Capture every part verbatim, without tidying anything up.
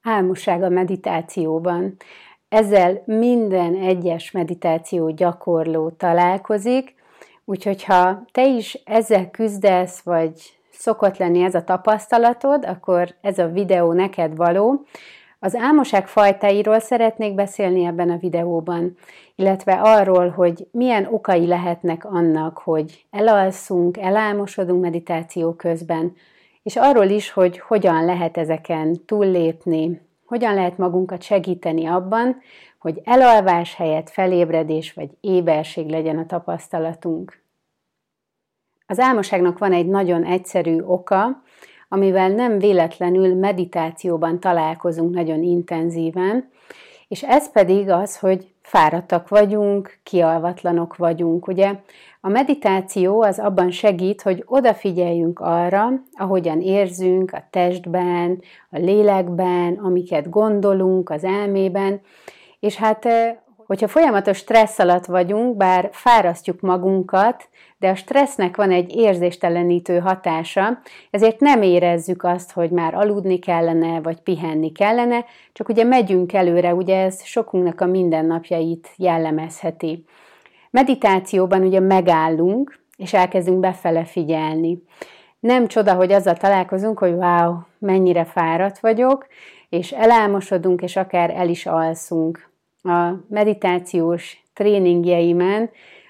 Álmosság a meditációban. Ezzel minden egyes meditáció gyakorló találkozik, úgyhogy ha te is ezzel küzdesz, vagy szokott lenni ez a tapasztalatod, akkor ez a videó neked való. Az álmosság fajtáiról szeretnék beszélni ebben a videóban, illetve arról, hogy milyen okai lehetnek annak, hogy elalszunk, elálmosodunk meditáció közben, és arról is, hogy hogyan lehet ezeken túllépni, hogyan lehet magunkat segíteni abban, hogy elalvás helyett felébredés vagy éberség legyen a tapasztalatunk. Az álmosságnak van egy nagyon egyszerű oka, amivel nem véletlenül meditációban találkozunk nagyon intenzíven, és ez pedig az, hogy fáradtak vagyunk, kialvatlanok vagyunk. Ugye a meditáció az abban segít, hogy odafigyeljünk arra, ahogyan érzünk a testben, a lélekben, amiket gondolunk az elmében, és hát hogyha folyamatos stressz alatt vagyunk, bár fárasztjuk magunkat, de a stressznek van egy érzéstelenítő hatása, ezért nem érezzük azt, hogy már aludni kellene, vagy pihenni kellene, csak ugye megyünk előre, ugye ez sokunknak a mindennapjait jellemezheti. Meditációban ugye megállunk, és elkezdünk befele figyelni. Nem csoda, hogy azzal találkozunk, hogy wow, mennyire fáradt vagyok, és elálmosodunk, és akár el is alszunk. A meditációs tréningjeimen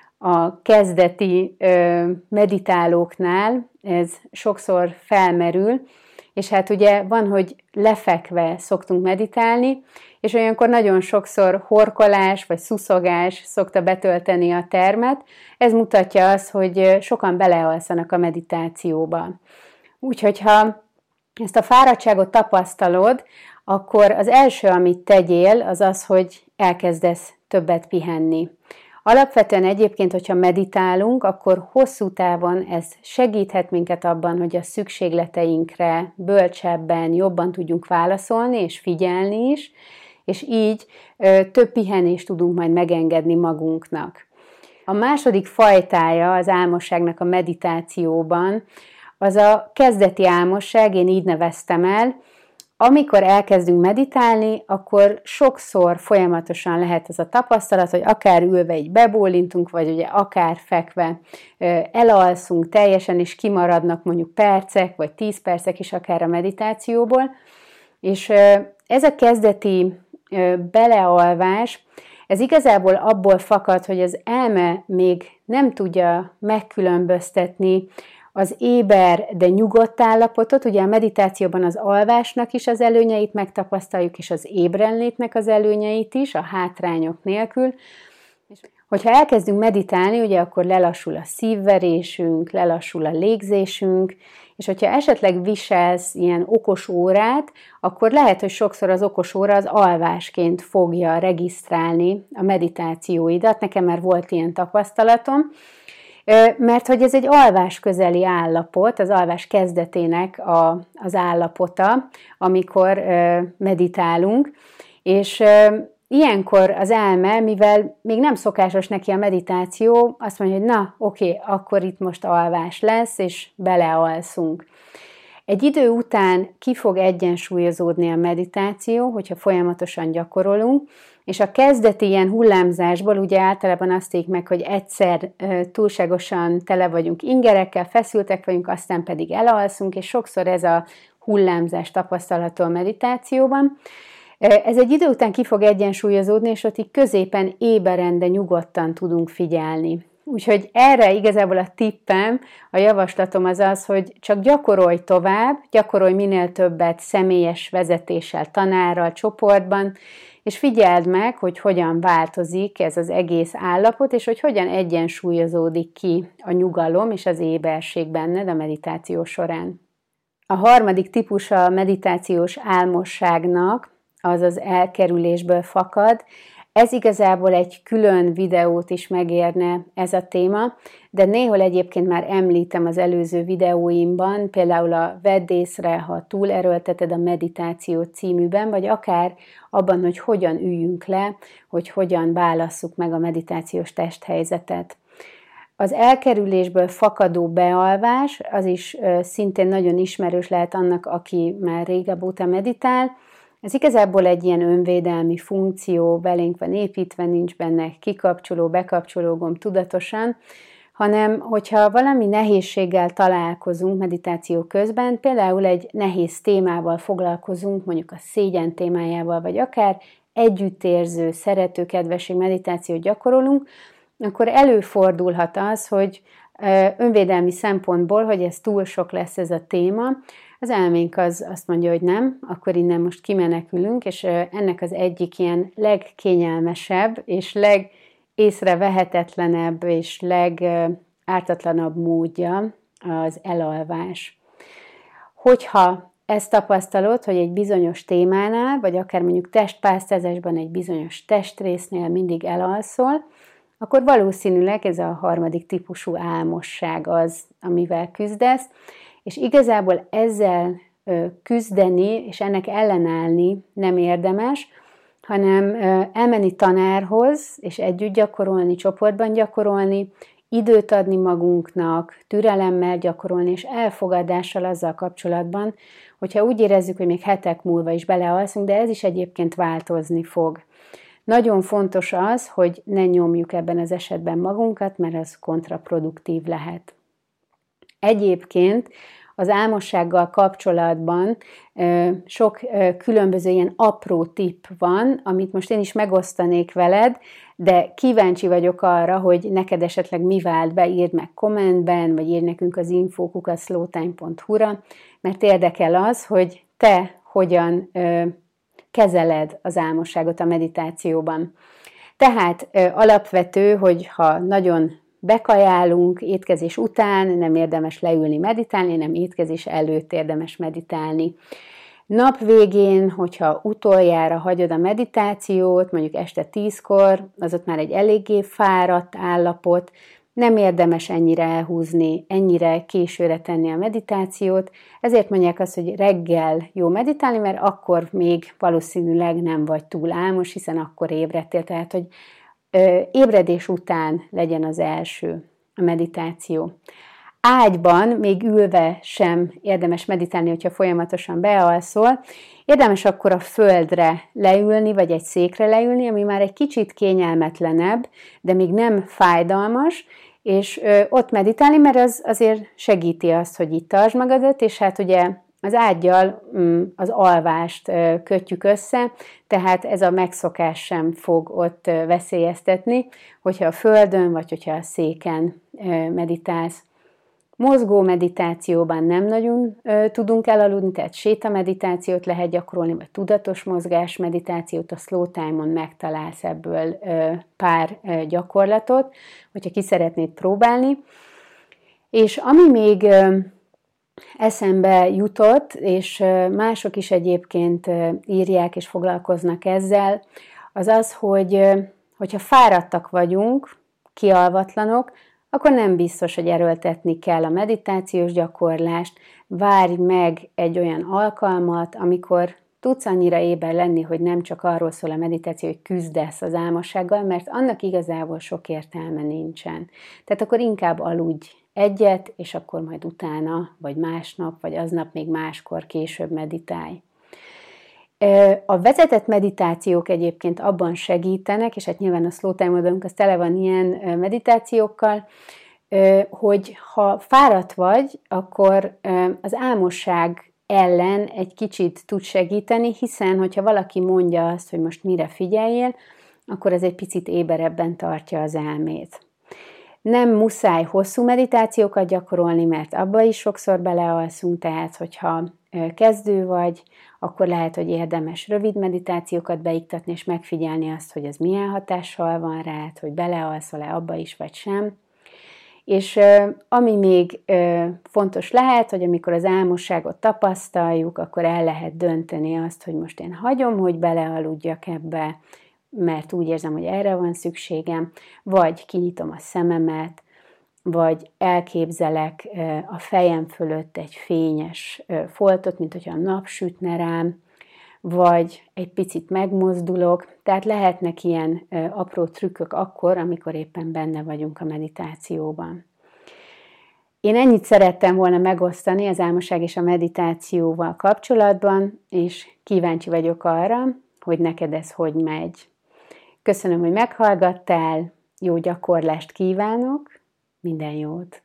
a kezdeti ö, meditálóknál ez sokszor felmerül, és hát ugye van, hogy lefekve szoktunk meditálni, és olyankor nagyon sokszor horkolás vagy szuszogás szokta betölteni a termet. Ez mutatja azt, hogy sokan belealszanak a meditációba. Úgyhogy ha ezt a fáradtságot tapasztalod, akkor az első, amit tegyél, az az, hogy elkezdesz többet pihenni. Alapvetően egyébként, hogyha meditálunk, akkor hosszú távon ez segíthet minket abban, hogy a szükségleteinkre bölcsebben, jobban tudjunk válaszolni és figyelni is, és így ö, több pihenést tudunk majd megengedni magunknak. A második fajtája az álmosságnak a meditációban, az a kezdeti álmosság, én így neveztem el. Amikor elkezdünk meditálni, akkor sokszor folyamatosan lehet az a tapasztalat, hogy akár ülve így bebólintunk, vagy ugye akár fekve elalszunk teljesen, és kimaradnak mondjuk percek, vagy tíz percek is akár a meditációból. És ez a kezdeti belealvás, ez igazából abból fakad, hogy az elme még nem tudja megkülönböztetni az éber, de nyugodt állapotot. Ugye a meditációban az alvásnak is az előnyeit megtapasztaljuk, és az ébrenlétnek az előnyeit is, a hátrányok nélkül. És hogyha elkezdünk meditálni, ugye akkor lelassul a szívverésünk, lelassul a légzésünk, és hogyha esetleg viselsz ilyen okos órát, akkor lehet, hogy sokszor az okos óra az alvásként fogja regisztrálni a meditációidat. Nekem már volt ilyen tapasztalatom, mert hogy ez egy alvás közeli állapot, az alvás kezdetének a, az állapota, amikor meditálunk, és ilyenkor az elme, mivel még nem szokásos neki a meditáció, azt mondja, hogy na, oké, akkor itt most alvás lesz, és belealszunk. Egy idő után ki fog egyensúlyozódni a meditáció, hogyha folyamatosan gyakorolunk, és a kezdeti ilyen hullámzásból ugye általában azt éljük meg, hogy egyszer túlságosan tele vagyunk ingerekkel, feszültek vagyunk, aztán pedig elalszunk, és sokszor ez a hullámzás tapasztalható a meditációban. Ez egy idő után ki fog egyensúlyozódni, és ott így középen éberen, de nyugodtan tudunk figyelni. Úgyhogy erre igazából a tippem, a javaslatom az az, hogy csak gyakorolj tovább, gyakorolj minél többet személyes vezetéssel, tanárral, csoportban, és figyeld meg, hogy hogyan változik ez az egész állapot, és hogy hogyan egyensúlyozódik ki a nyugalom és az éberség benned a meditáció során. A harmadik típusa a meditációs álmosságnak az az elkerülésből fakad. Ez igazából egy külön videót is megérne ez a téma, de néhol egyébként már említem az előző videóimban, például a Vedd észre, ha túlerőlteted a meditáció címűben, vagy akár abban, hogy hogyan üljünk le, hogy hogyan válasszuk meg a meditációs testhelyzetet. Az elkerülésből fakadó bealvás, az is szintén nagyon ismerős lehet annak, aki már régebb óta meditál. Ez igazából egy ilyen önvédelmi funkció, belénk van építve, nincs benne kikapcsoló, bekapcsoló gomb tudatosan, hanem hogyha valami nehézséggel találkozunk meditáció közben, például egy nehéz témával foglalkozunk, mondjuk a szégyen témájával, vagy akár együttérző, szerető, kedvesség meditációt gyakorolunk, akkor előfordulhat az, hogy önvédelmi szempontból, hogy ez túl sok lesz ez a téma, az elménk az azt mondja, hogy nem, akkor innen most kimenekülünk, és ennek az egyik ilyen legkényelmesebb és legészrevehetetlenebb és legártatlanabb módja az elalvás. Hogyha ezt tapasztalod, hogy egy bizonyos témánál, vagy akár mondjuk testpásztázásban egy bizonyos testrésznél mindig elalszol, akkor valószínűleg ez a harmadik típusú álmosság az, amivel küzdesz, és igazából ezzel küzdeni, és ennek ellenállni nem érdemes, hanem elmenni tanárhoz, és együtt gyakorolni, csoportban gyakorolni, időt adni magunknak, türelemmel gyakorolni, és elfogadással azzal kapcsolatban, hogyha úgy érezzük, hogy még hetek múlva is belealszunk, de ez is egyébként változni fog. Nagyon fontos az, hogy ne nyomjuk ebben az esetben magunkat, mert ez kontraproduktív lehet. Egyébként az álmossággal kapcsolatban sok különböző ilyen apró tipp van, amit most én is megosztanék veled, de kíváncsi vagyok arra, hogy neked esetleg mi vált be, írd meg kommentben, vagy írd nekünk az info kukac slowtime pont hu-ra, mert érdekel az, hogy te hogyan kezeled az álmosságot a meditációban. Tehát alapvető, hogy ha nagyon bekajálunk étkezés után, nem érdemes leülni meditálni, nem étkezés előtt érdemes meditálni. Nap végén, hogyha utoljára hagyod a meditációt, mondjuk este tízkor, az ott már egy eléggé fáradt állapot, nem érdemes ennyire elhúzni, ennyire későre tenni a meditációt, ezért mondják azt, hogy reggel jó meditálni, mert akkor még valószínűleg nem vagy túl álmos, hiszen akkor ébredtél, tehát hogy ébredés után legyen az első a meditáció. Ágyban, még ülve sem érdemes meditálni, hogyha folyamatosan bealszol. Érdemes akkor a földre leülni, vagy egy székre leülni, ami már egy kicsit kényelmetlenebb, de még nem fájdalmas, és ott meditálni, mert az azért segíti azt, hogy itt tartsd magadat, és hát ugye az ággyal az alvást kötjük össze, tehát ez a megszokás sem fog ott veszélyeztetni, hogyha a földön, vagy hogyha a széken meditálsz. Mozgó meditációban nem nagyon tudunk elaludni, tehát sétameditációt lehet gyakorolni, vagy tudatos mozgás meditációt, a slow time-on megtalálsz ebből pár gyakorlatot, hogyha ki szeretnéd próbálni. És ami még eszembe jutott, és mások is egyébként írják és foglalkoznak ezzel, az az, hogy hogyha fáradtak vagyunk, kialvatlanok, akkor nem biztos, hogy erőltetni kell a meditációs gyakorlást, várj meg egy olyan alkalmat, amikor tudsz annyira éber lenni, hogy nem csak arról szól a meditáció, hogy küzdesz az álmossággal, mert annak igazából sok értelme nincsen. Tehát akkor inkább aludj egyet, és akkor majd utána, vagy másnap, vagy aznap még máskor később meditálj. A vezetett meditációk egyébként abban segítenek, és hát nyilván a slow time modellunk az tele van ilyen meditációkkal, hogy ha fáradt vagy, akkor az álmosság ellen egy kicsit tud segíteni, hiszen hogyha valaki mondja azt, hogy most mire figyeljél, akkor ez egy picit éberebben tartja az elmét. Nem muszáj hosszú meditációkat gyakorolni, mert abba is sokszor belealszunk, tehát hogyha kezdő vagy, akkor lehet, hogy érdemes rövid meditációkat beiktatni, és megfigyelni azt, hogy ez milyen hatással van rád, hogy belealszol-e abba is, vagy sem. És ami még fontos lehet, hogy amikor az álmosságot tapasztaljuk, akkor el lehet dönteni azt, hogy most én hagyom, hogy belealudjak ebbe, mert úgy érzem, hogy erre van szükségem, vagy kinyitom a szememet, vagy elképzelek a fejem fölött egy fényes foltot, mint hogyha a nap sütne rám, vagy egy picit megmozdulok. Tehát lehetnek ilyen apró trükkök akkor, amikor éppen benne vagyunk a meditációban. Én ennyit szerettem volna megosztani az álmosság és a meditációval kapcsolatban, és kíváncsi vagyok arra, hogy neked ez hogy megy. Köszönöm, hogy meghallgattál, jó gyakorlást kívánok, minden jót!